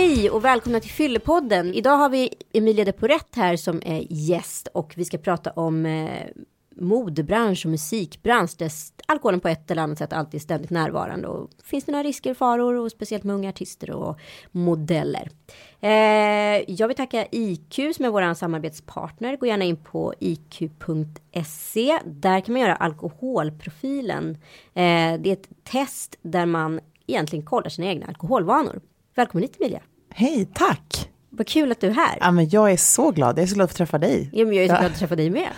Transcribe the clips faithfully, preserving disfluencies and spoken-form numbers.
Hej och välkomna till Fyllepodden. Idag har vi Emilia de Porrett här som är gäst och vi ska prata om eh, modebransch och musikbransch där alkoholen på ett eller annat sätt alltid är ständigt närvarande. Och finns det några risker och faror och speciellt med unga artister och modeller. Eh, jag vill tacka I Q som är vår samarbetspartner. Gå gärna in på i q punkt se. Där kan man göra alkoholprofilen. Eh, det är ett test där man egentligen kollar sina egna alkoholvanor. Välkommen hit Emilia. Hej, tack. Vad kul att du är här. Ja, men jag är så glad. Jag är så glad att få träffa dig. Ja, men jag är så glad att träffa dig med.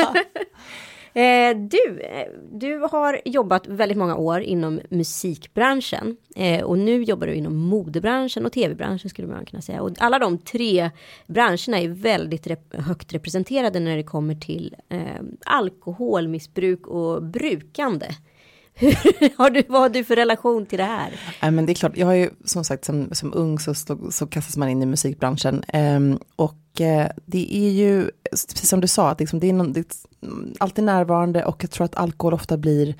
eh, du, du har jobbat väldigt många år inom musikbranschen. Eh, och nu jobbar du inom modebranschen och tv-branschen skulle man kunna säga. Och alla de tre branscherna är väldigt rep- högt representerade när det kommer till eh, alkoholmissbruk och brukande. har du, vad har du för relation till det här? Ja, men det är klart, jag har ju som sagt som, som ung så, så kastas man in i musikbranschen ehm, och eh, det är ju precis som du sa att liksom, det är, någon, det är alltid närvarande och jag tror att alkohol ofta blir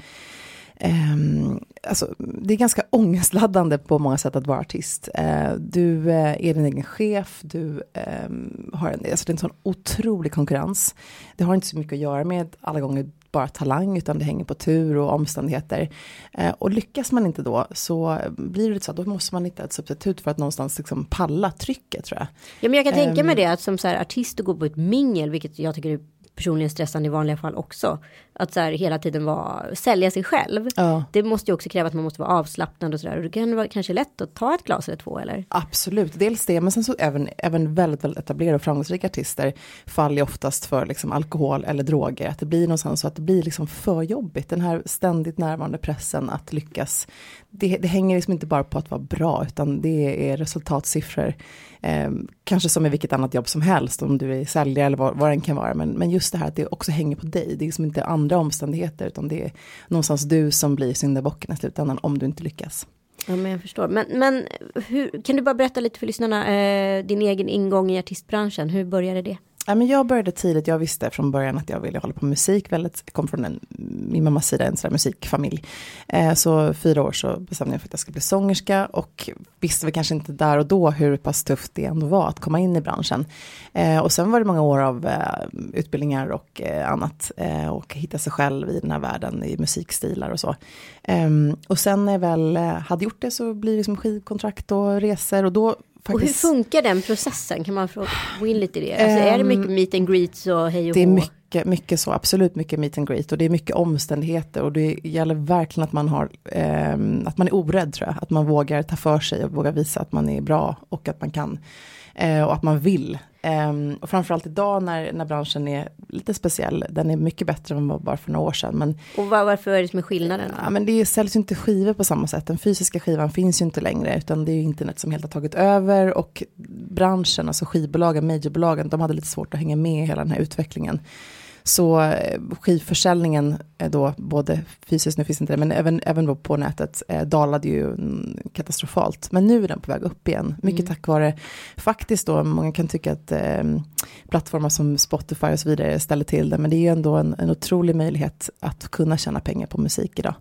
Um, alltså, det är ganska ångestladdande på många sätt att vara artist. Uh, du uh, är din egen chef, du um, har en, alltså det är en sån otrolig konkurrens. Det har inte så mycket att göra med alla gånger bara talang utan det hänger på tur och omständigheter. Uh, och lyckas man inte då så blir det så att då måste man hitta ett substitut för att någonstans liksom palla trycket tror jag. Ja, men jag kan tänka um, mig det att som så här, artist att gå på ett mingel, vilket jag tycker är personligen stressande i vanliga fall också. Att så här, hela tiden vara, sälja sig själv. Ja. Det måste ju också kräva att man måste vara avslappnad och sådär. Och det kan vara kanske lätt att ta ett glas eller två, eller? Absolut, dels det. Men sen så även, även väldigt, väldigt etablerade och framgångsrika artister faller oftast för liksom alkohol eller droger. Att det blir någonstans så att det blir liksom för jobbigt. Den här ständigt närvarande pressen att lyckas. Det, det hänger liksom inte bara på att vara bra utan det är resultatsiffror. Eh, kanske som i vilket annat jobb som helst om du är säljare eller vad, vad den kan vara. Men, men just det här att det också hänger på dig. Det är liksom inte andra omständigheter utan det är någonstans du som blir syndabocken i slutändan om du inte lyckas. Ja, men jag förstår. Men, men hur, kan du bara berätta lite för lyssnarna eh, din egen ingång i artistbranschen? Hur började det? Ja, men jag började tidigt, jag visste från början att jag ville hålla på med musik. Väldigt, jag kom från en, min mammas sida, en sån där musikfamilj. Eh, så fyra år så bestämde jag för att jag skulle bli sångerska och visste väl kanske inte där och då hur pass tufft det ändå var att komma in i branschen. Eh, och sen var det många år av eh, utbildningar och eh, annat eh, och hitta sig själv i den här världen i musikstilar och så. Eh, och sen när jag väl eh, hade gjort det så blir det liksom skivkontrakt och resor och då faktiskt. Och hur funkar den processen? Kan man få gå in lite i det? Alltså, um, är det mycket meet and greets och hej och det är hå? mycket, mycket så, absolut mycket meet and greet och det är mycket omständigheter och det gäller verkligen att man har um, att man är orädd tror jag, att man vågar ta för sig och vågar visa att man är bra och att man kan uh, och att man vill. Um, och framförallt idag när, när branschen är lite speciell, den är mycket bättre än bara för några år sedan. Men, och var, varför är det som är skillnaden? Ja, men det säljs ju inte skivor på samma sätt. Den fysiska skivan finns ju inte längre utan det är ju internet som helt har tagit över och branschen, alltså skivbolagen, majorbolagen, de hade lite svårt att hänga med i hela den här utvecklingen. Så skivförsäljningen då, både fysiskt, nu finns inte det, men även, även då på nätet eh, dalade ju katastrofalt. Men nu är den på väg upp igen. Mycket mm. tack vare, faktiskt då, många kan tycka att eh, plattformar som Spotify och så vidare ställer till det. Men det är ju ändå en, en otrolig möjlighet att kunna tjäna pengar på musik idag.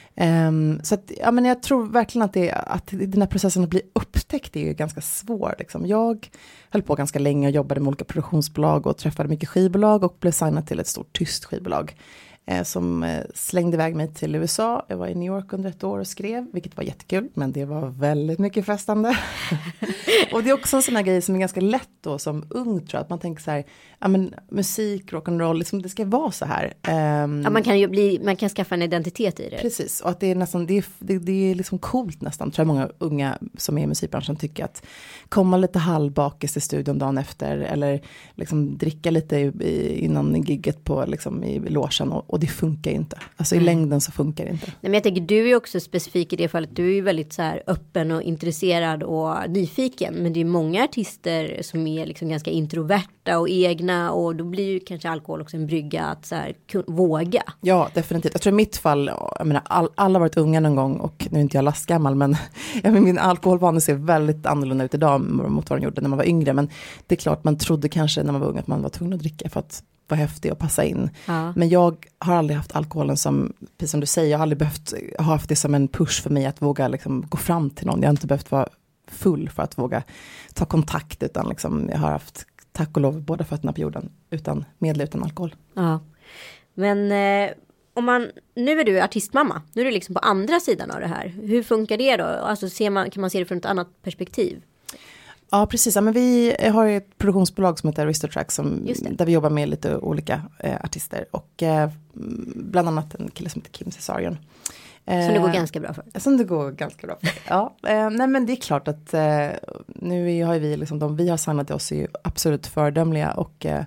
Um, så att, ja, men jag tror verkligen att, det, att den här processen att bli upptäckt är ju ganska svår. Liksom. Jag höll på ganska länge och jobbade med olika produktionsbolag och träffade mycket skivbolag och blev signad till ett stort tyst skivbolag eh, som eh, slängde iväg mig till U S A. Jag var i New York under ett år och skrev, vilket var jättekul, men det var väldigt mycket frestande. Och det är också en sån här grej som är ganska lätt då som ung tror jag, att man tänker så här, ja men musik, rock'n'roll, liksom, det ska vara så här. Um, ja, man kan ju bli, man kan skaffa en identitet i det. Precis, och att det är nästan, det är, det, det är liksom coolt nästan, tror jag många unga som är i musikbranschen tycker, att komma lite halvbakis i studion dagen efter, eller liksom dricka lite i, i, innan gigget på, liksom, i logen, och, och det funkar inte. Alltså mm. i längden så funkar det inte. Nej, men jag tänker, du är också specifik i det fallet, du är ju väldigt så här öppen och intresserad och nyfiken, men det är många artister som är liksom ganska introverta och egna, och då blir ju kanske alkohol också en brygga att så här, våga. Ja, definitivt. Jag tror i mitt fall, jag menar, all, alla har varit unga någon gång, och nu är inte jag lastgammal, men jag menar, min alkoholvanor ser väldigt annorlunda ut idag mot vad de gjorde när man var yngre, men det är klart, man trodde kanske när man var ung att man var tvungen att dricka för att vara häftig och passa in. Ja. Men jag har aldrig haft alkoholen som, precis som du säger, jag har aldrig behövt ha haft det som en push för mig att våga liksom gå fram till någon. Jag har inte behövt vara full för att våga ta kontakt, utan liksom, jag har haft tack och lov båda fötterna på jorden utan medel, utan alkohol. Ja, men eh, om man, nu är du artistmamma, nu är du liksom på andra sidan av det här. Hur funkar det då? Alltså ser man, kan man se det från ett annat perspektiv? Ja, precis. Ja, men vi har ett produktionsbolag som heter Aristotrack som, där vi jobbar med lite olika eh, artister. Och eh, bland annat en kille som heter Kim Cesarion. Eh, som det går ganska bra för. Som det går ganska bra för. Ja, eh, nej men det är klart att eh, nu har vi liksom, de vi har signat till oss är ju absolut fördömliga och eh,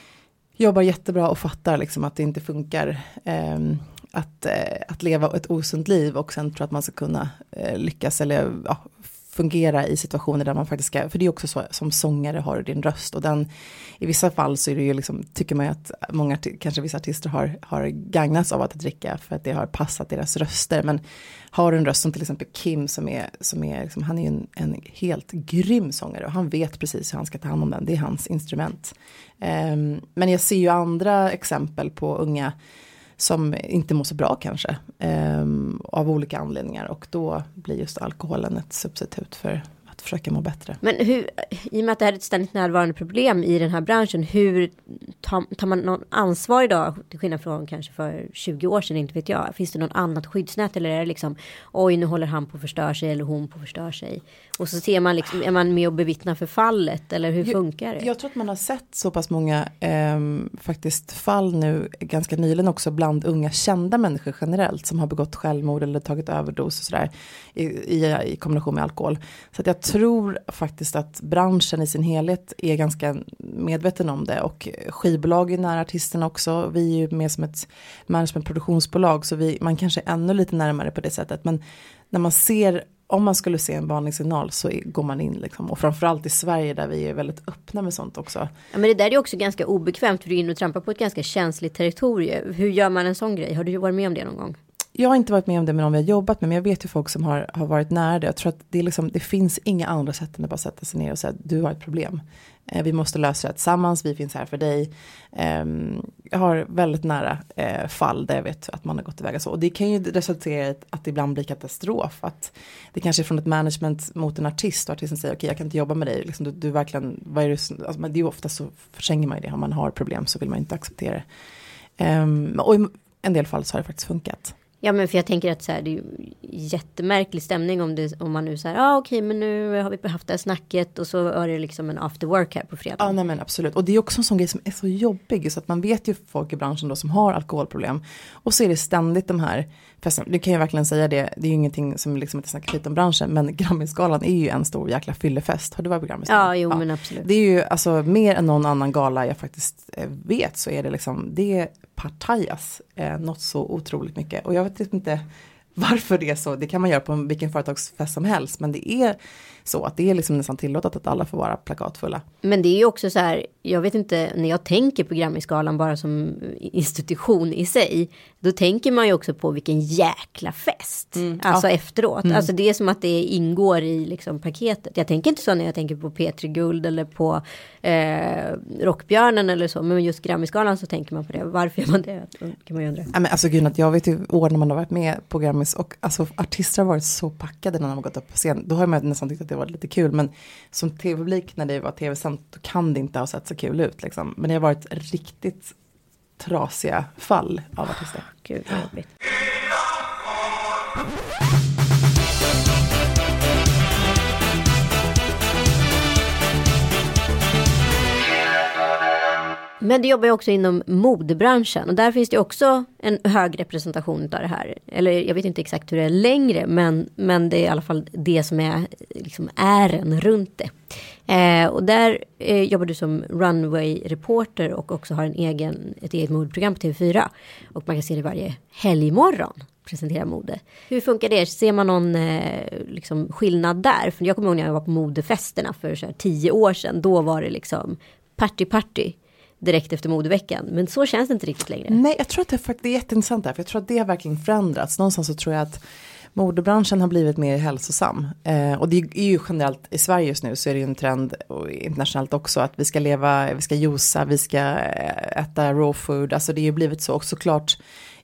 jobbar jättebra och fattar liksom att det inte funkar eh, att, eh, att leva ett osunt liv och sen tror att man ska kunna eh, lyckas eller ja, fungera i situationer där man faktiskt ska, för det är också så som sångare har du din röst och den, i vissa fall så är det ju liksom, tycker man ju att många, kanske vissa artister har, har gagnats av att dricka för att det har passat deras röster, men har en röst som till exempel Kim som är, som är liksom, han är ju en, en helt grym sångare och han vet precis hur han ska ta hand om den, det är hans instrument. Um, men jag ser ju andra exempel på unga som inte mår så bra kanske um, av olika anledningar och då blir just alkoholen ett substitut för att försöka må bättre. Men hur, i och med att det här är ett ständigt närvarande problem i den här branschen, hur tar, tar man någon ansvar idag till skillnad från kanske för tjugo år sedan, inte vet jag. Finns det något annat skyddsnät eller är det liksom, oj nu håller han på att förstöra sig eller hon på att förstöra sig. Och så ser man liksom, är man med och bevittnar förfallet eller hur jag, funkar det? Jag tror att man har sett så pass många eh, faktiskt fall nu ganska nyligen också bland unga kända människor generellt som har begått självmord eller tagit överdos och sådär i, i, i kombination med alkohol. Så att jag tror faktiskt att branschen i sin helhet är ganska medveten om det och skivbolagen är artisterna också. Vi är ju med som ett management-produktionsbolag så vi, man kanske är ännu lite närmare på det sättet. Men när man ser, om man skulle se en varningssignal så går man in liksom. Och framförallt i Sverige där vi är väldigt öppna med sånt också. Ja, men det där är också ganska obekvämt för du är inne och trampar på ett ganska känsligt territorium. Hur gör man en sån grej? Har du varit med om det någon gång? Jag har inte varit med om det med någon vi har jobbat med, men jag vet ju folk som har, har varit nära det. Jag tror att det, är liksom, det finns inga andra sätt än att bara sätta sig ner och säga att du har ett problem. Eh, vi måste lösa det tillsammans, vi finns här för dig. Eh, jag har väldigt nära eh, fall där jag vet att man har gått iväg så. Och det kan ju resultera i att det ibland blir katastrof. Att det kanske är från ett management mot en artist och artisten säger okej, okay, jag kan inte jobba med dig. Liksom, du, du verkligen, vad är det, alltså, det är ju ofta så förtränger man ju det. Om man har problem så vill man inte acceptera det. Eh, och i en del fall så har det faktiskt funkat. Ja, men för jag tänker att så här, det är ju jättemärklig stämning om, det, om man nu säger, ja ah, okej, okay, men nu har vi haft det här snacket och så är det liksom en after work här på fredag. Ja, nej men absolut. Och det är också en sån grej som är så jobbig så att man vet ju folk i branschen då som har alkoholproblem och så är det ständigt de här festerna. Du kan ju verkligen säga det, det är ju ingenting som liksom inte snackar skit om branschen, men Grammisgalan är ju en stor jäkla fyllefest. Har du varit på Grammisgalan? Ja, jo ja. Men absolut. Det är ju alltså mer än någon annan gala jag faktiskt vet så är det liksom, det är partajas eh, något så otroligt mycket. Och jag vet inte varför det är så. Det kan man göra på vilken företagsfest som helst. Men det är så att det är liksom nästan tillåtet att alla får vara plakatfulla. Men det är ju också så här, jag vet inte, när jag tänker på Grammisgalan bara som institution i sig, då tänker man ju också på vilken jäkla fest. Mm, alltså ja. efteråt. Mm. Alltså det är som att det ingår i liksom paketet. Jag tänker inte så när jag tänker på P tre Guld eller på eh, Rockbjörnen eller så. Men just Grammisgalan så tänker man på det. Varför gör man det? Kan man ju undra. Ja, men alltså gud, att jag vet ju år när man har varit med på Grammis och alltså artister har varit så packade när de har gått upp på scen. Då har man nästan tyckt att det var lite kul, men som tv-publik när det var tv-sänt då kan det inte ha sett så kul ut liksom. Men det har varit riktigt trasiga fall av artister. Gud, vad jobbigt. Men det jobbar ju också inom modebranschen och där finns det också en hög representation av det här. Eller jag vet inte exakt hur det är längre, men, men det är i alla fall det som är liksom ären runt det. Eh, och där eh, jobbar du som runway-reporter och också har en egen, ett eget modeprogram på T V fyra. Och man kan se det varje helgmorgon, presentera mode. Hur funkar det? Ser man någon eh, liksom skillnad där? För jag kommer ihåg när jag var på modefesterna för så här tio år sedan. Då var det liksom party-party. Direkt efter modeveckan. Men så känns det inte riktigt längre. Nej, jag tror att det är, faktiskt, det är jätteintressant där. För jag tror att det har verkligen förändrats. Någonstans så tror jag att modebranschen har blivit mer hälsosam. Eh, och det är ju generellt i Sverige just nu så är det ju en trend och internationellt också att vi ska leva, vi ska juica, vi ska äta raw food. Alltså det är ju blivit så. Och såklart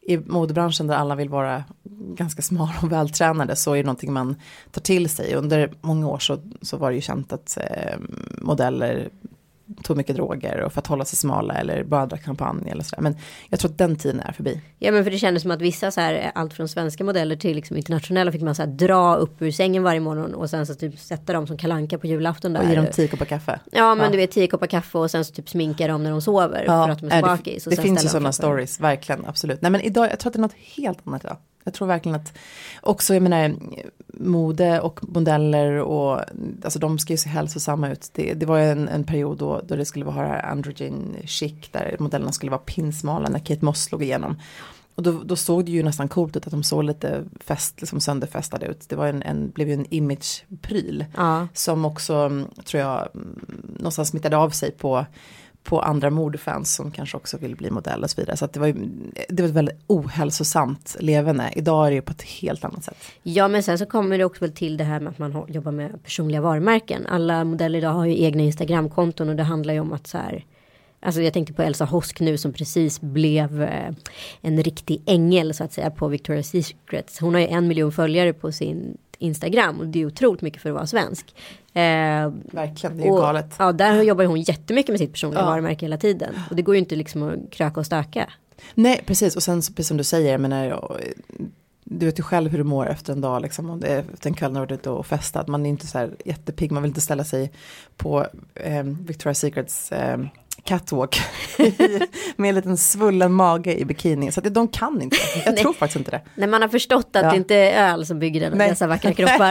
i modebranschen där alla vill vara ganska smala och vältränade så är det någonting man tar till sig. Under många år så, så var det ju känt att eh, modeller tog mycket droger och för att hålla sig smala eller bara drack champagne eller sådär. Men jag tror att den tiden är förbi. Ja, men för det kändes som att vissa så här, allt från svenska modeller till liksom internationella fick man så här dra upp ur sängen varje morgon och sen så typ sätta dem som kalanka på julafton där. Och ge dem tio koppar kaffe. Ja, men ja. du vet tio koppar kaffe och sen så typ sminka dem när de sover ja, för att de är skakis. Det, det finns ju sådana stories, verkligen, absolut. Nej, men idag, jag tror att det är något helt annat idag. Jag tror verkligen att också, jag menar, mode och modeller och alltså de ska ju se hälsosamma ut. Det, det var ju en, en period då, då det skulle vara androgen chic där modellerna skulle vara pinsmala när Kate Moss slog igenom. Och då, då såg det ju nästan coolt ut att de såg lite fest, liksom sönderfestade ut. Det var en, en, blev ju en imagepryl ja. Som också, tror jag, någonstans smittade av sig på på andra modefans som kanske också vill bli modell och så vidare. Så att det var ju, det var ett väldigt ohälsosamt levande. Idag är det ju på ett helt annat sätt. Ja, men sen så kommer det också väl till det här med att man jobbar med personliga varumärken. Alla modeller idag har ju egna Instagramkonton och det handlar ju om att så här, alltså jag tänkte på Elsa Hosk nu som precis blev eh, en riktig ängel så att säga på Victoria's Secret. Hon har ju en miljon följare på sin Instagram och det är otroligt mycket för att vara svensk. Eh, Verkligen, det är ju och, galet. Ja, där jobbar hon jättemycket med sitt personliga ja. varumärke hela tiden. Och det går ju inte liksom att kröka och stöka. Nej, precis. Och sen precis som du säger, jag menar, du vet ju själv hur du mår efter en dag liksom, och det är efter en kväll när du är ute och festat. Man är inte så här jättepigg, man vill inte ställa sig på eh, Victoria's Secrets eh, catwalk med en liten svullen mage i bikini. Så att de kan inte. Jag tror faktiskt inte det. När man har förstått att ja. det inte är öl som bygger den, dessa vackra kroppar.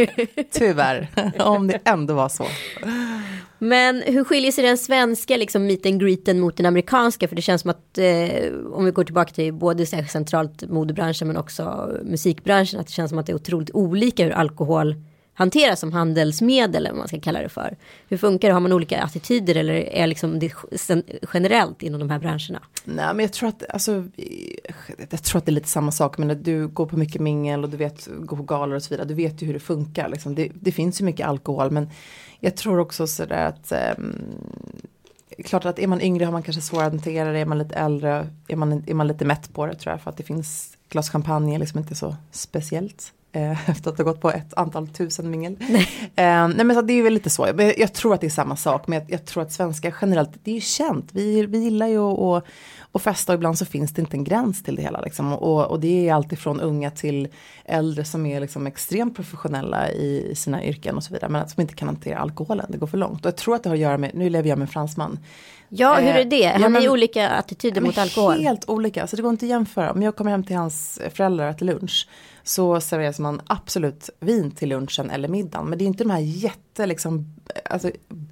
Tyvärr. Om det ändå var så. Men hur skiljer sig den svenska liksom, meet and greeten mot den amerikanska? För det känns som att eh, om vi går tillbaka till både så här, centralt modebranschen men också musikbranschen, att det känns som att det är otroligt olika hur alkohol hanteras som handelsmedel eller vad man ska kalla det för. Hur funkar det? Har man olika attityder eller är liksom det generellt inom de här branscherna? Nej, men jag tror att alltså, jag tror att det är lite samma sak, men du går på mycket mingel och du vet, går på galor och så vidare, du vet ju hur det funkar liksom. det, det finns ju mycket alkohol, men jag tror också sådär att um, klart att är man yngre har man kanske svårare att hantera det, är man lite äldre är man, är man lite mätt på det tror jag, för att det finns glas champagne är liksom inte så speciellt efter att ha gått på ett antal tusen mingel. Nej. Eh, nej men så det är väl lite så. Jag, jag tror att det är samma sak, men jag, jag tror att svenska generellt, det är ju känt. Vi, vi gillar ju att och festa och ibland så finns det inte en gräns till det hela. Liksom. Och, och det är alltid från unga till äldre som är liksom extremt professionella i, i sina yrken och så vidare. Men som inte kan hantera alkoholen, det går för långt. Och jag tror att det har att göra med, nu lever jag med en fransman. Ja, hur är det? Har ja, ni olika attityder mot alkohol? Helt olika, så det går inte att jämföra. Om jag kommer hem till hans föräldrar till lunch så serveras man absolut vin till lunchen eller middagen. Men det är inte de här jätte liksom, alltså,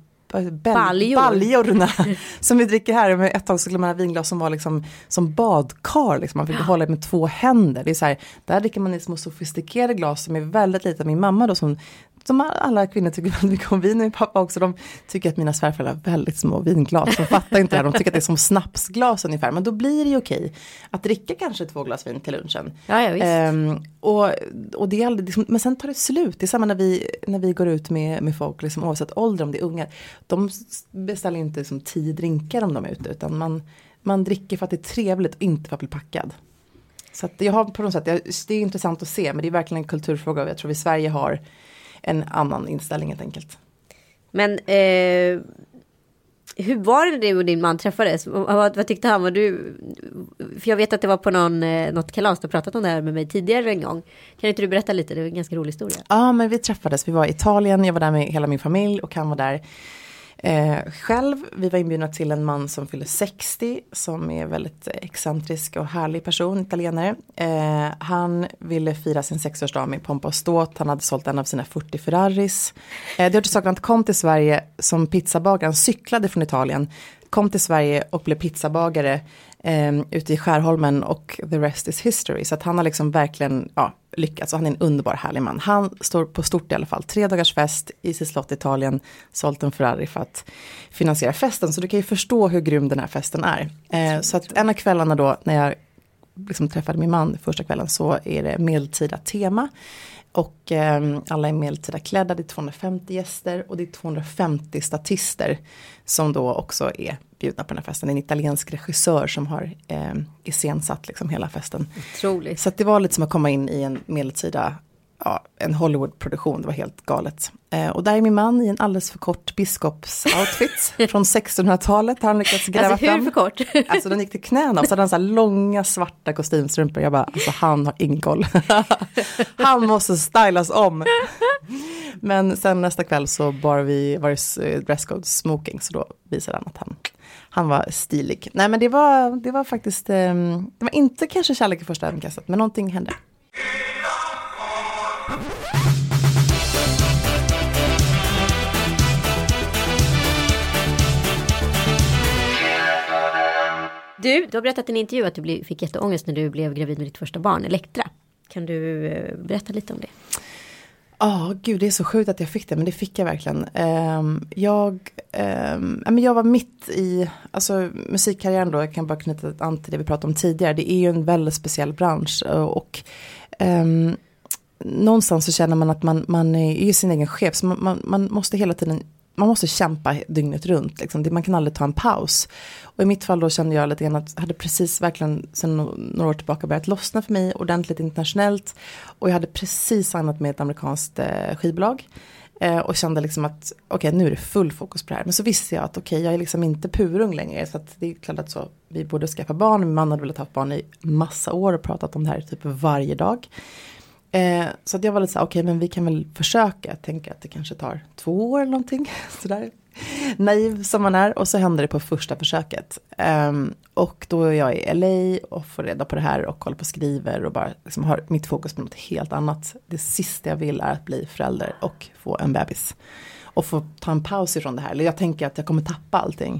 baljor. baljorna som vi dricker här. Med ett tag så skulle man ha vinglas som var liksom som badkar. Liksom. Man fick hålla med två händer. Det är så här, där dricker man i små sofistikerade glas som är väldigt lite. Min mamma då som som alla kvinnor tycker väldigt mycket om vin, och min pappa också, de tycker att mina svärföräldrar har väldigt små vinglas. De fattar inte det här, de tycker att det är som snapsglas ungefär. Men då blir det ju okej att dricka kanske två glas vin till lunchen. Ja, ja, visst. Ehm, och, och det är aldrig, men sen tar det slut. Det är samma när vi, när vi går ut med, med folk, liksom, oavsett ålder, om det är unga. De beställer inte liksom, tio drinkar om de är ute, utan man, man dricker för att det är trevligt och inte för att bli packad. Så att jag har på något sätt, det är intressant att se, men det är verkligen en kulturfråga, och jag tror vi i Sverige har en annan inställning helt enkelt. Men eh, hur var det du och din man träffades? Vad, vad tyckte han? Var du, för jag vet att det var på någon, något kalas, du har pratat om det här med mig tidigare en gång. Kan inte du berätta lite? Det är en ganska rolig historia. Ja, men vi träffades. Vi var i Italien. Jag var där med hela min familj och han var där eh, själv. Vi var inbjudna till en man som fyller sextio, som är väldigt excentrisk och härlig person, italienare. Eh, han ville fira sin sexårsdag med pompa och ståt. Han hade sålt en av sina fyrtio Ferraris. Eh, det var till saken att han kom till Sverige som pizzabagare. Han cyklade från Italien, kom till Sverige och blev pizzabagare eh, ute i Skärholmen, och the rest is history. Så att han har liksom verkligen ja, lyckats, och han är en underbar härlig man. Han står på stort i alla fall. Tre dagars fest i sitt slott i Italien, sålt en Ferrari för att finansiera festen. Så du kan ju förstå hur grym den här festen är. Eh, så att en av kvällarna då, när jag liksom träffade min man första kvällen så är det medeltida tema. Och eh, alla är medeltida klädda, det är tvåhundrafemtio gäster och det är tvåhundrafemtio statister som då också är bjudna på den här festen. En italiensk regissör som har eh, iscensatt liksom hela festen. Otroligt. Så att det var lite som att komma in i en medeltida, ja, en Hollywood-produktion, det var helt galet. Eh, och där är min man i en alldeles för kort biskopsoutfit från sextonhundratalet har han lyckats gräva alltså, hur fram. för kort? Alltså den gick till knäna och så hade han så här långa svarta kostymstrumpor. Jag bara, alltså han har ingen koll. Han måste stylas om. Men sen nästa kväll så var vi var det dresscode smoking, så då visade han att han, han var stilig. Nej men det var, det var faktiskt, eh, det var inte kanske kärlek i första ögonkastet, men någonting hände. Du, du har berättat i en intervju att du blev, fick jätteångest när du blev gravid med ditt första barn, Elektra. Kan du eh, berätta lite om det? Ja, oh, gud det är så sjukt att jag fick det, men det fick jag verkligen. Um, jag, um, jag var mitt i, alltså musikkarriären då, jag kan bara knyta an till det vi pratade om tidigare. Det är ju en väldigt speciell bransch och um, någonstans så känner man att man, man är ju sin egen chef, så man, man, man måste hela tiden, man måste kämpa dygnet runt. Liksom. Man kan aldrig ta en paus. Och i mitt fall då kände jag lite grann att jag hade precis verkligen sedan några år tillbaka börjat lossna för mig ordentligt internationellt. Och jag hade precis signat med ett amerikanskt eh, skivbolag. Eh, och kände liksom att okej, okay, nu är det full fokus på det här. Men så visste jag att okej, okay, jag är liksom inte purung längre. Så att det är klart att så, vi borde skaffa barn. Min man hade velat ha barn i massa år och pratat om det här typ varje dag. Eh, så att jag var lite så okej, okay, men vi kan väl försöka. Jag tänker att det kanske tar två år eller någonting. Sådär naiv som man är. Och så hände det på första försöket. Eh, och då är jag i L A och får reda på det här och kollar på skriver och bara liksom har mitt fokus på något helt annat. Det sista jag vill är att bli förälder och få en bebis. Och få ta en paus ifrån det här. Eller jag tänker att jag kommer tappa allting.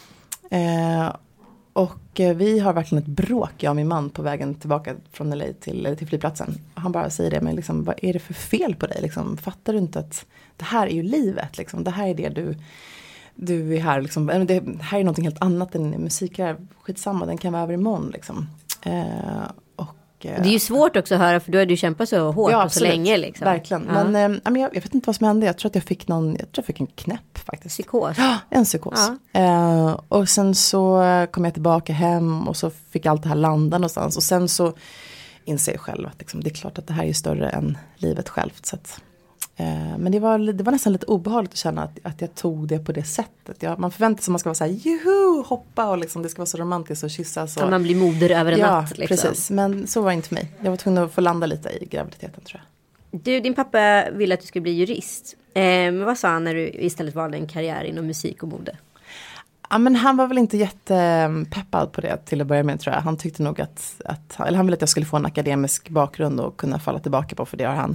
Eh, Och eh, vi har verkligen ett bråk, jag och min man, på vägen tillbaka från L A till, till flygplatsen. Han bara säger det, men liksom, vad är det för fel på dig? Liksom, fattar du inte att det här är ju livet? Liksom, det här är det du, du är här. Liksom, det här är någonting helt annat än musik. Skitsamma, den kan vara över imorgon. Liksom. Eh, och, eh, det är ju svårt också att höra, för du har ju kämpat så hårt ja, och så länge. Liksom. Verkligen, ja. men eh, jag, jag vet inte vad som hände. Jag tror att jag fick någon, jag tror jag fick en knäpp faktiskt. Psykos? Ja, en psykos. Ja. Eh, och sen så kom jag tillbaka hem och så fick allt det här landa någonstans. Och sen så inser jag själv att liksom, det är klart att det här är större än livet självt. Så att, eh, men det var, det var nästan lite obehagligt att känna att, att jag tog det på det sättet. Jag, man förväntar sig att man ska vara så här, juhu, hoppa och liksom, det ska vara så romantiskt och kyssas. Och, ja, man blir moder över en ja, natt. Liksom. Precis. Men så var det inte för mig. Jag var tvungen att få landa lite i graviditeten, tror jag. Du, din pappa ville att du skulle bli jurist. Eh, men vad sa han när du istället valde en karriär inom musik och mode? Ja, men han var väl inte jättepeppad på det till att börja med, tror jag. Han tyckte nog att, att eller han ville att jag skulle få en akademisk bakgrund och kunna falla tillbaka på, för det har han.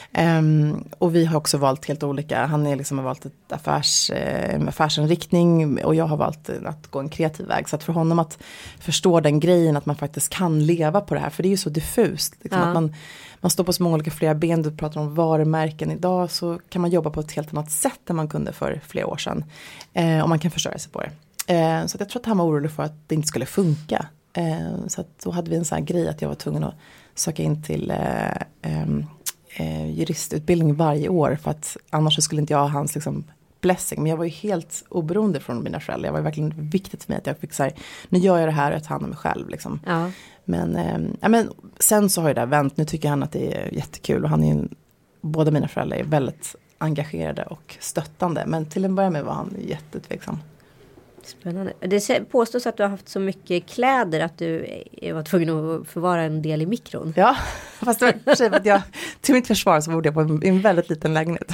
Um, och vi har också valt helt olika. Han är liksom har valt ett affärs, eh, affärsinriktning och jag har valt att gå en kreativ väg. Så att för honom att förstå den grejen att man faktiskt kan leva på det här, för det är ju så diffust. Liksom, ja. att man, man står på så många olika flera ben, du pratar om varumärken. Idag så kan man jobba på ett helt annat sätt än man kunde för flera år sedan. Eh, och man kan försörja sig på det. Eh, så att jag tror att han var orolig för att det inte skulle funka. Eh, så att då hade vi en sån här grej att jag var tvungen att söka in till eh, eh, eh, juristutbildning varje år. För att annars skulle inte jag ha hans liksom, blessing. Men jag var ju helt oberoende från mina föräldrar. Det var verkligen viktigt för mig att jag fick så här, nu gör jag det här och jag tar hand om mig själv. Liksom. Ja. Men, eh, ja, men sen så har ju det vänt. Nu tycker han att det är jättekul. Och han är ju, båda mina föräldrar är väldigt engagerade och stöttande. Men till en början med var han jättetveksam. Spännande. Det påstås att du har haft så mycket kläder att du var tvungen att förvara en del i mikron. Ja, fast det var för sig att jag, till mitt försvar så bodde jag på en, en väldigt liten lägenhet.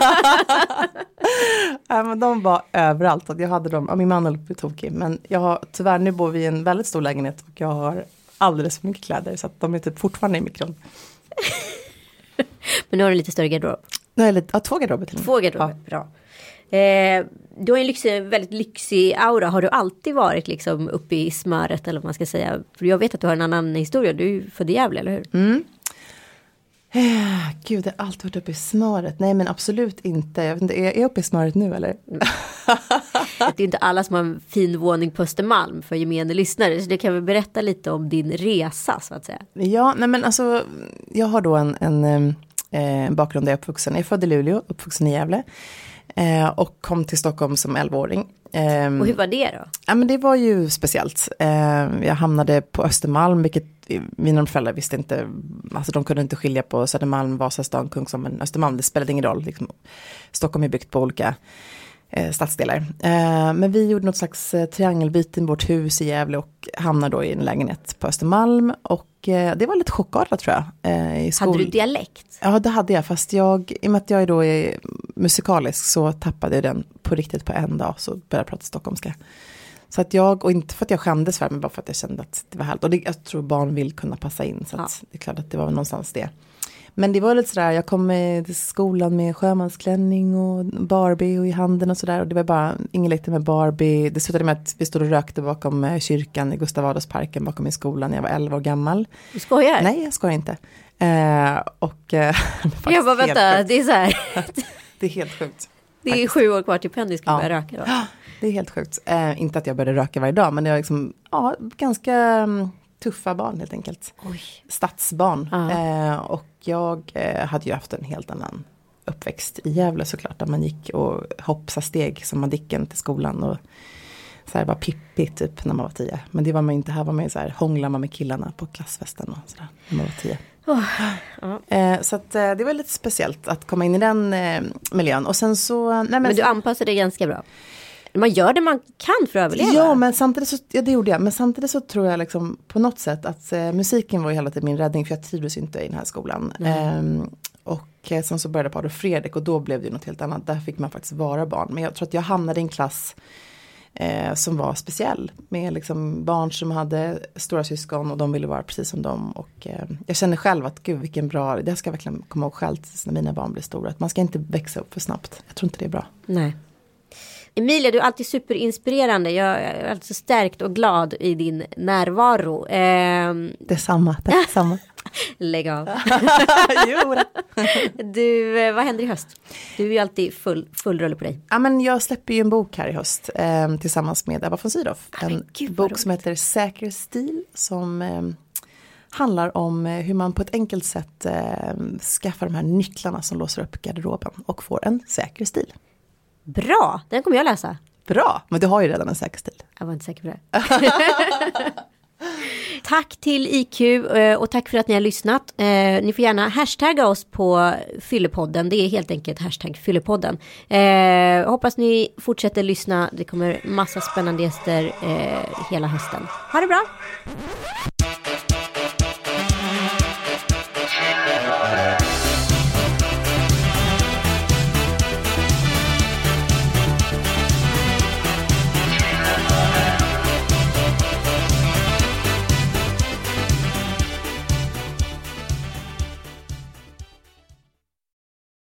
Ja, men de var överallt. Jag hade dem, ja, min man höll på tokig. Men jag har, tyvärr nu bor vi i en väldigt stor lägenhet och jag har alldeles för mycket kläder så att de är typ fortfarande i mikron. Men nu har du lite större garderob. Nej, lite, ja, två garderober till. Två garderober, ja. Bra. Eh, du har en lyxig, väldigt lyxig aura. Har du alltid varit liksom uppe i smöret eller vad man ska säga? För jag vet att du har en annan historia. Du är ju född i Gävle, eller hur? Mm. Eh, gud, jag har alltid varit uppe i smöret. Nej, men absolut inte. Jag vet inte, är jag uppe i smöret nu eller? Det är inte alla som har en fin våning på Östermalm för gemene lyssnare. Så det kan vi berätta lite om din resa så att säga. Ja, nej men alltså jag har då en, en eh, bakgrund där jag är uppvuxen. Jag är född i Luleå, uppvuxen i Gävle. Eh, och kom till Stockholm som elvaåring. Eh, och hur var det då? Ja men det var ju speciellt. Eh, jag hamnade på Östermalm, vilket mina föräldrar visste inte. Alltså de kunde inte skilja på Södermalm, Vasastan, Kungsholmen, Östermalm. Det spelade ingen roll. Liksom. Stockholm är byggt på olika eh, stadsdelar. Eh, men vi gjorde något slags eh, triangelbyte i vårt hus i Gävle och hamnade då i en lägenhet på Östermalm. Och eh, det var lite chockartat tror jag. Eh, i skol- hade du dialekt? Ja, det hade jag. Fast jag, i och med att jag är då är musikalisk så tappade jag den på riktigt på en dag. Så började jag prata stockholmska. Så att jag, och inte för att jag skämdes för men bara för att jag kände att det var härligt. Och det, jag tror barn vill kunna passa in. Så att ja. Det är klart att det var någonstans det. Men det var lite sådär, jag kom till skolan med sjömansklänning och Barbie och i handen och sådär. Och det var bara, ingen lekte med Barbie. Det slutade med att vi stod och rökte bakom kyrkan i Gustav Adolfsparken bakom min skola när jag var elva år gammal. Du skojar? Nej, jag skojar inte. Eh, och, eh, jag bara vänta, det är så här. Det är helt sjukt. Det är faktiskt sju år kvar till Penny ska ja. börja röka då. Det är helt sjukt. Eh, inte att jag började röka varje dag, men det var liksom, ja, ganska um, tuffa barn helt enkelt. Oj. Stadsbarn. Eh, och jag eh, hade ju haft en helt annan uppväxt i Gävle såklart. Där man gick och hoppsa steg som Madicken till skolan. Och så här var Pippi typ när man var tio. Men det var man inte, här var man ju så här, hånglar man med killarna på klassfesten och sådär när man var tio. Oh, ja. eh, så att, eh, det var lite speciellt att komma in i den eh, miljön. Och sen så... Nej, men, men du anpassade dig ganska bra. Man gör det man kan för att överleva. Ja, men samtidigt så, ja, det gjorde jag. Men samtidigt så tror jag liksom på något sätt att eh, musiken var ju hela tiden min räddning. För jag trivdes inte i den här skolan. Mm. Eh, och eh, sen så började jag på Adolf Fredrik och då blev det ju något helt annat. Där fick man faktiskt vara barn. Men jag tror att jag hamnade i en klass eh, som var speciell. Med liksom barn som hade stora syskon och de ville vara precis som dem. Och eh, jag kände själv att gud vilken bra, det ska jag verkligen komma ihåg själv när mina barn blir stora. Att man ska inte växa upp för snabbt. Jag tror inte det är bra. Nej. Emilia, du är alltid superinspirerande. Jag är alltid så stärkt och glad i din närvaro. Eh... Detsamma, tack detsamma. Lägg av. Jo. Du, vad händer i höst? Du är ju alltid full, full rulle på dig. Ja, men jag släpper ju en bok här i höst eh, tillsammans med Ebba von Sydow. En Gud, bok som heter Säker stil som eh, handlar om eh, hur man på ett enkelt sätt eh, skaffar de här nycklarna som låser upp garderoben och får en säker stil. Bra, den kommer jag läsa. Bra, men du har ju redan en säker stil. Jag var inte säker på det. Tack till I Q och tack för att ni har lyssnat. Ni får gärna hashtagga oss på Fyllepodden. Det är helt enkelt hashtag Fyllepodden. Hoppas ni fortsätter lyssna. Det kommer massa spännande gäster hela hösten. Ha det bra!